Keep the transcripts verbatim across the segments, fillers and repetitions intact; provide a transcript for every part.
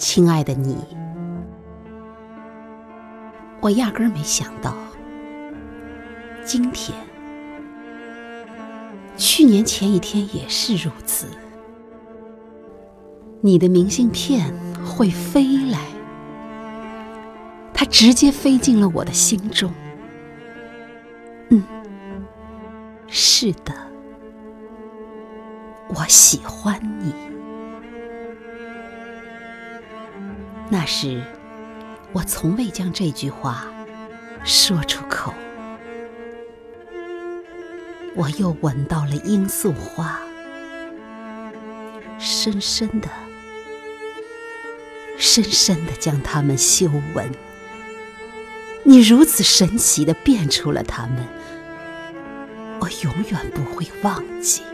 亲爱的你，我压根儿没想到，今天，去年前一天也是如此。你的明信片会飞来，它直接飞进了我的心中。嗯，是的，我喜欢你。那时，我从未将这句话说出口。我又闻到了罂粟花，深深的、深深的将它们嗅闻。你如此神奇地变出了它们，我永远不会忘记。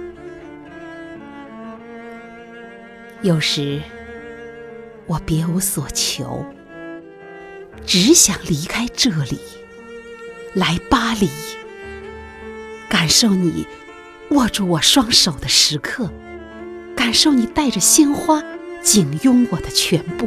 有时，我别无所求，只想离开这里，来巴黎，感受你握住我双手的时刻，感受你带着鲜花紧拥我的全部。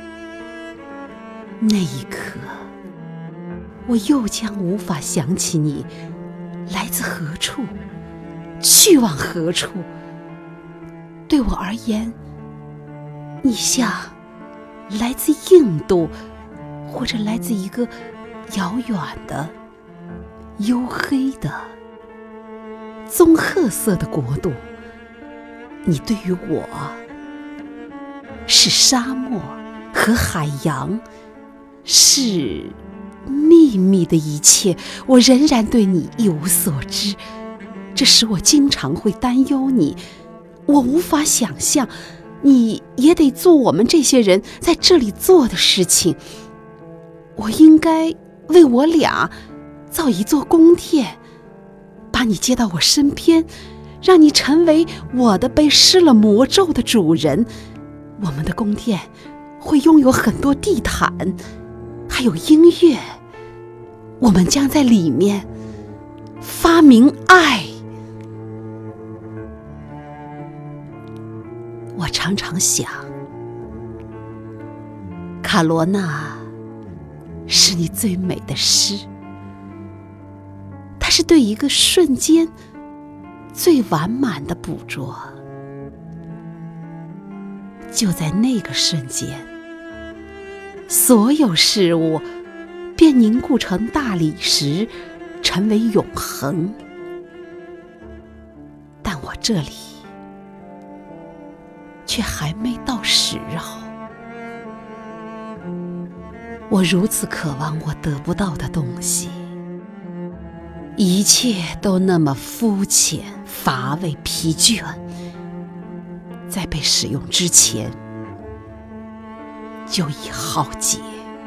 那一刻，我又将无法想起你来自何处，去往何处。对我而言，你像来自印度，或者来自一个遥远的、黝黑的、棕褐色的国度。你对于我是沙漠和海洋，是秘密的一切，我仍然对你一无所知。这使我经常会担忧你，我无法想象你也得做我们这些人在这里做的事情。我应该为我俩造一座宫殿，把你接到我身边，让你成为我的被施了魔咒的主人。我们的宫殿会拥有很多地毯，还有音乐，我们将在里面发明爱。我常常想，卡罗娜是你最美的诗，它是对一个瞬间最完满的捕捉。就在那个瞬间，所有事物便凝固成大理石，成为永恒。但我这里却还没到时候。我如此渴望我得不到的东西，一切都那么肤浅、乏味、疲倦，在被使用之前就已耗竭。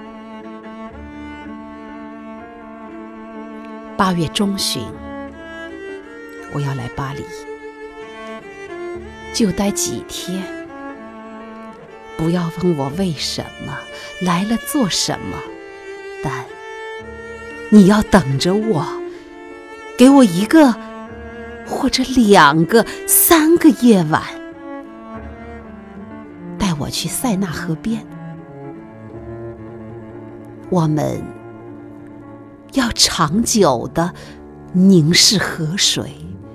八月中旬，我要来巴黎，就待几天。不要问我为什么来了，做什么，但你要等着我，给我一个或者两个、三个夜晚，带我去塞纳河边。我们要长久地凝视河水，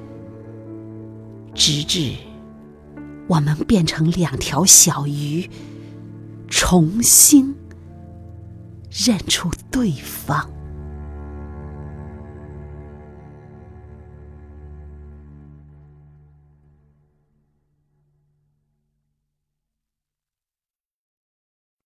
直至我们变成两条小鱼，重新认出对方。